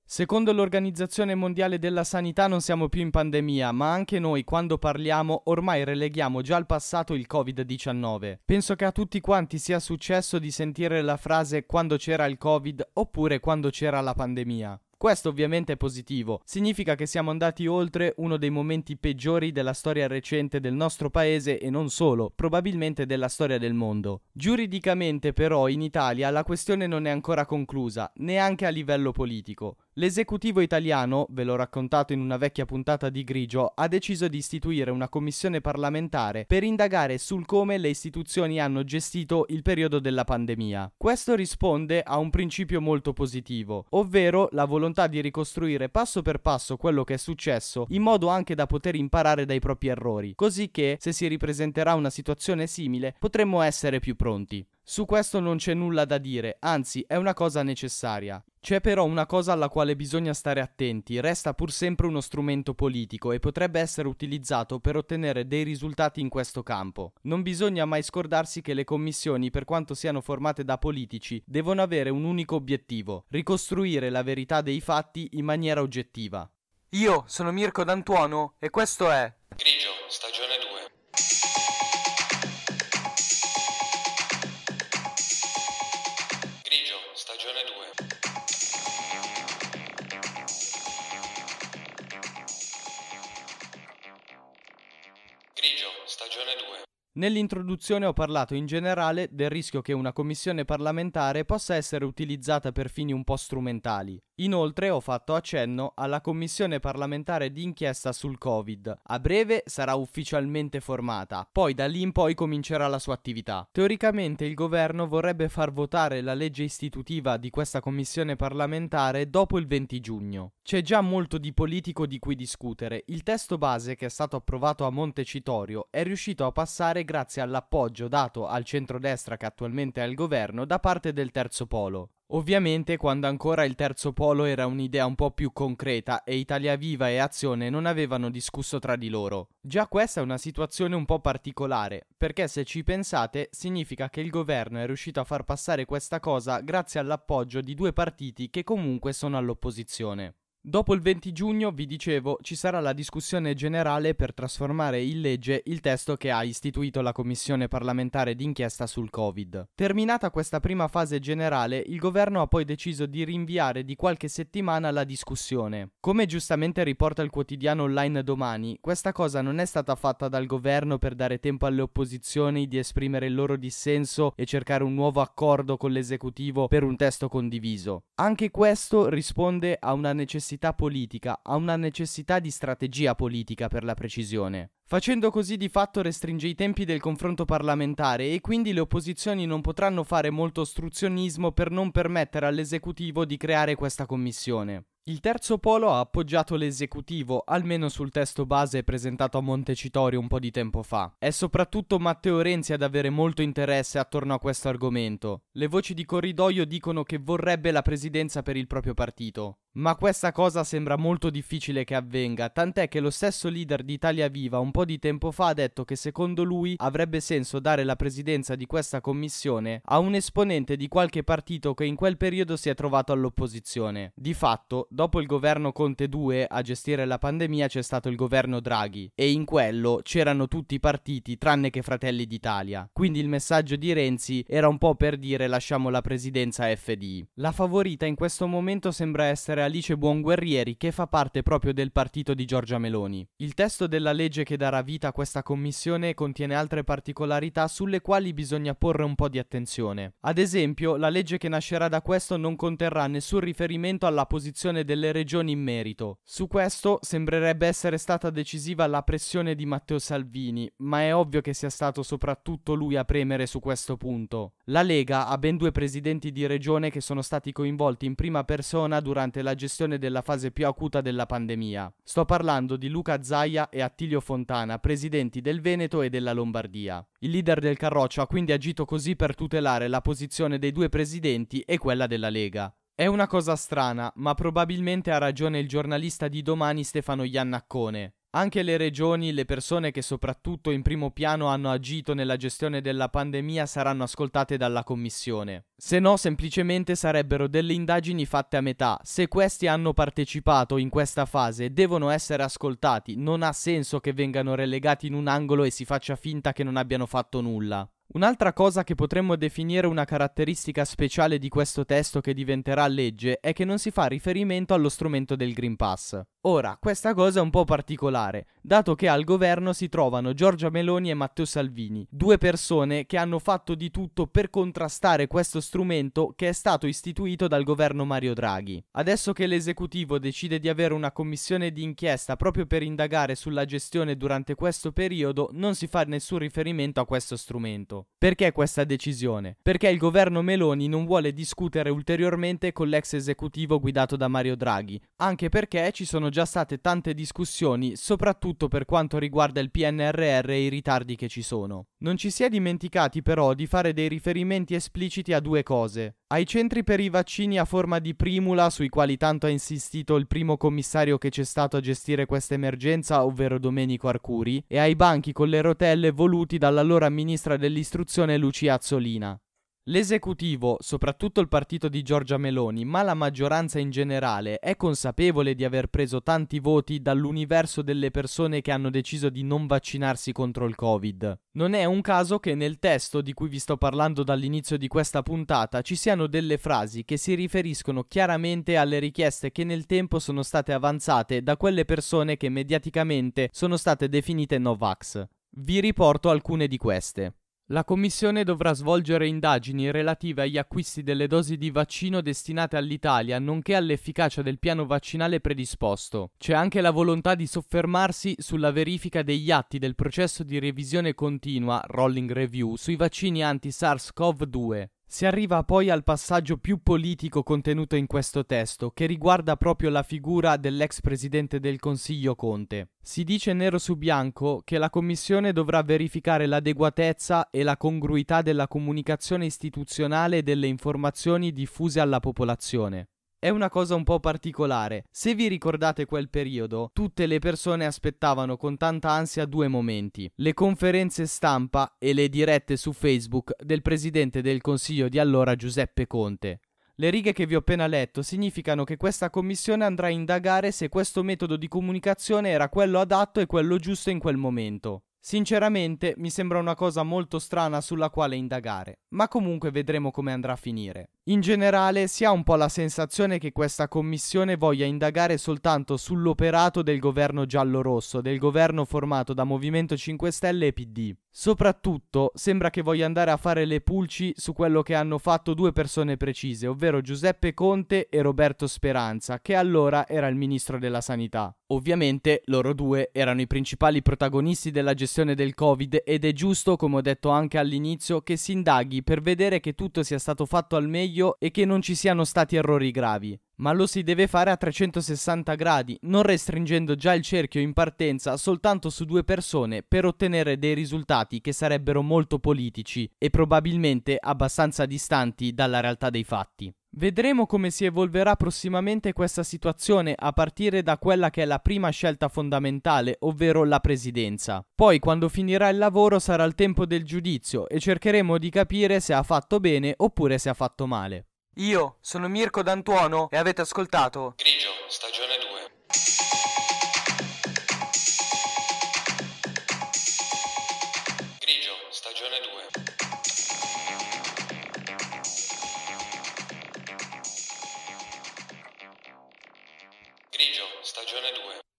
Secondo l'Organizzazione Mondiale della Sanità non siamo più in pandemia, ma anche noi quando parliamo ormai releghiamo già al passato il Covid-19. Penso che a tutti quanti sia successo di sentire la frase quando c'era il Covid oppure quando c'era la pandemia. Questo ovviamente è positivo, significa che siamo andati oltre uno dei momenti peggiori della storia recente del nostro paese e non solo, probabilmente della storia del mondo. Giuridicamente però in Italia la questione non è ancora conclusa, neanche a livello politico. L'esecutivo italiano, ve l'ho raccontato in una vecchia puntata di Grigio, ha deciso di istituire una commissione parlamentare per indagare sul come le istituzioni hanno gestito il periodo della pandemia. Questo risponde a un principio molto positivo, ovvero la volontà di ricostruire passo per passo quello che è successo in modo anche da poter imparare dai propri errori, così che se si ripresenterà una situazione simile potremmo essere più pronti. Su questo non c'è nulla da dire, anzi è una cosa necessaria. C'è però una cosa alla quale bisogna stare attenti, resta pur sempre uno strumento politico e potrebbe essere utilizzato per ottenere dei risultati in questo campo. Non bisogna mai scordarsi che le commissioni, per quanto siano formate da politici, devono avere un unico obiettivo: ricostruire la verità dei fatti in maniera oggettiva. Io sono Mirko D'Antuono e questo è Grigio, stagione 2. Grigio, stagione 2. Grigio, stagione 2. Nell'introduzione ho parlato in generale del rischio che una commissione parlamentare possa essere utilizzata per fini un po' strumentali. Inoltre ho fatto accenno alla commissione parlamentare d'inchiesta sul Covid. A breve sarà ufficialmente formata, poi da lì in poi comincerà la sua attività. Teoricamente il governo vorrebbe far votare la legge istitutiva di questa commissione parlamentare dopo il 20 giugno. C'è già molto di politico di cui discutere. Il testo base che è stato approvato a Montecitorio è riuscito a passare grazie all'appoggio dato al centrodestra che attualmente è al governo da parte del terzo polo. Ovviamente quando ancora il terzo polo era un'idea un po' più concreta e Italia Viva e Azione non avevano discusso tra di loro. Già questa è una situazione un po' particolare, perché se ci pensate significa che il governo è riuscito a far passare questa cosa grazie all'appoggio di due partiti che comunque sono all'opposizione. Dopo il 20 giugno, vi dicevo, ci sarà la discussione generale per trasformare in legge il testo che ha istituito la Commissione parlamentare d'inchiesta sul Covid. Terminata questa prima fase generale, il governo ha poi deciso di rinviare di qualche settimana la discussione. Come giustamente riporta il quotidiano online Domani, questa cosa non è stata fatta dal governo per dare tempo alle opposizioni di esprimere il loro dissenso e cercare un nuovo accordo con l'esecutivo per un testo condiviso. Anche questo risponde a una necessità politica, a una necessità di strategia politica per la precisione. Facendo così di fatto restringe i tempi del confronto parlamentare e quindi le opposizioni non potranno fare molto ostruzionismo per non permettere all'esecutivo di creare questa commissione. Il terzo polo ha appoggiato l'esecutivo, almeno sul testo base presentato a Montecitorio un po' di tempo fa. È soprattutto Matteo Renzi ad avere molto interesse attorno a questo argomento. Le voci di corridoio dicono che vorrebbe la presidenza per il proprio partito. Ma questa cosa sembra molto difficile che avvenga, tant'è che lo stesso leader di Italia Viva un po' di tempo fa ha detto che secondo lui avrebbe senso dare la presidenza di questa commissione a un esponente di qualche partito che in quel periodo si è trovato all'opposizione. Di fatto, dopo il governo Conte 2 a gestire la pandemia c'è stato il governo Draghi e in quello c'erano tutti i partiti tranne che Fratelli d'Italia. Quindi il messaggio di Renzi era un po' per dire lasciamo la presidenza a FDI. La favorita in questo momento sembra essere Alice Buonguerrieri, che fa parte proprio del partito di Giorgia Meloni. Il testo della legge che darà vita a questa commissione contiene altre particolarità sulle quali bisogna porre un po' di attenzione. Ad esempio, la legge che nascerà da questo non conterrà nessun riferimento alla posizione delle regioni in merito. Su questo sembrerebbe essere stata decisiva la pressione di Matteo Salvini, ma è ovvio che sia stato soprattutto lui a premere su questo punto. La Lega ha ben 2 presidenti di regione che sono stati coinvolti in prima persona durante la gestione della fase più acuta della pandemia. Sto parlando di Luca Zaia e Attilio Fontana, presidenti del Veneto e della Lombardia. Il leader del Carroccio ha quindi agito così per tutelare la posizione dei 2 presidenti e quella della Lega. È una cosa strana, ma probabilmente ha ragione il giornalista di Domani Stefano Iannaccone. Anche le regioni, le persone che soprattutto in primo piano hanno agito nella gestione della pandemia saranno ascoltate dalla commissione. Se no, semplicemente sarebbero delle indagini fatte a metà. Se questi hanno partecipato in questa fase, devono essere ascoltati. Non ha senso che vengano relegati in un angolo e si faccia finta che non abbiano fatto nulla. Un'altra cosa che potremmo definire una caratteristica speciale di questo testo che diventerà legge è che non si fa riferimento allo strumento del Green Pass. Ora, questa cosa è un po' particolare, dato che al governo si trovano Giorgia Meloni e Matteo Salvini, due persone che hanno fatto di tutto per contrastare questo strumento che è stato istituito dal governo Mario Draghi. Adesso che l'esecutivo decide di avere una commissione di inchiesta proprio per indagare sulla gestione durante questo periodo, non si fa nessun riferimento a questo strumento. Perché questa decisione? Perché il governo Meloni non vuole discutere ulteriormente con l'ex esecutivo guidato da Mario Draghi, anche perché ci sono già state tante discussioni, soprattutto per quanto riguarda il PNRR e i ritardi che ci sono. Non ci si è dimenticati però di fare dei riferimenti espliciti a due cose: ai centri per i vaccini a forma di primula, sui quali tanto ha insistito il primo commissario che c'è stato a gestire questa emergenza, ovvero Domenico Arcuri, e ai banchi con le rotelle voluti dall'allora ministra dell'istruzione Lucia Azzolina. L'esecutivo, soprattutto il partito di Giorgia Meloni, ma la maggioranza in generale, è consapevole di aver preso tanti voti dall'universo delle persone che hanno deciso di non vaccinarsi contro il Covid. Non è un caso che nel testo di cui vi sto parlando dall'inizio di questa puntata ci siano delle frasi che si riferiscono chiaramente alle richieste che nel tempo sono state avanzate da quelle persone che mediaticamente sono state definite Novax. Vi riporto alcune di queste. La Commissione dovrà svolgere indagini relative agli acquisti delle dosi di vaccino destinate all'Italia, nonché all'efficacia del piano vaccinale predisposto. C'è anche la volontà di soffermarsi sulla verifica degli atti del processo di revisione continua, rolling review, sui vaccini anti-SARS-CoV-2. Si arriva poi al passaggio più politico contenuto in questo testo, che riguarda proprio la figura dell'ex presidente del Consiglio Conte. Si dice nero su bianco che la Commissione dovrà verificare l'adeguatezza e la congruità della comunicazione istituzionale e delle informazioni diffuse alla popolazione. È una cosa un po' particolare. Se vi ricordate quel periodo, tutte le persone aspettavano con tanta ansia due momenti: le conferenze stampa e le dirette su Facebook del presidente del Consiglio di allora Giuseppe Conte. Le righe che vi ho appena letto significano che questa commissione andrà a indagare se questo metodo di comunicazione era quello adatto e quello giusto in quel momento. Sinceramente mi sembra una cosa molto strana sulla quale indagare, ma comunque vedremo come andrà a finire. In generale si ha un po' la sensazione che questa commissione voglia indagare soltanto sull'operato del governo giallo-rosso, del governo formato da Movimento 5 Stelle e PD. Soprattutto sembra che voglia andare a fare le pulci su quello che hanno fatto due persone precise, ovvero Giuseppe Conte e Roberto Speranza, che allora era il ministro della sanità. Ovviamente loro due erano i principali protagonisti della gestione del Covid ed è giusto, come ho detto anche all'inizio, che si indaghi per vedere che tutto sia stato fatto al meglio e che non ci siano stati errori gravi. Ma lo si deve fare a 360 gradi, non restringendo già il cerchio in partenza soltanto su due persone per ottenere dei risultati che sarebbero molto politici e probabilmente abbastanza distanti dalla realtà dei fatti. Vedremo come si evolverà prossimamente questa situazione a partire da quella che è la prima scelta fondamentale, ovvero la presidenza. Poi, quando finirà il lavoro, sarà il tempo del giudizio e cercheremo di capire se ha fatto bene oppure se ha fatto male. Io sono Mirko D'Antuono e avete ascoltato Grigio, stagione 2. Grigio, stagione 2. Grigio, stagione 2.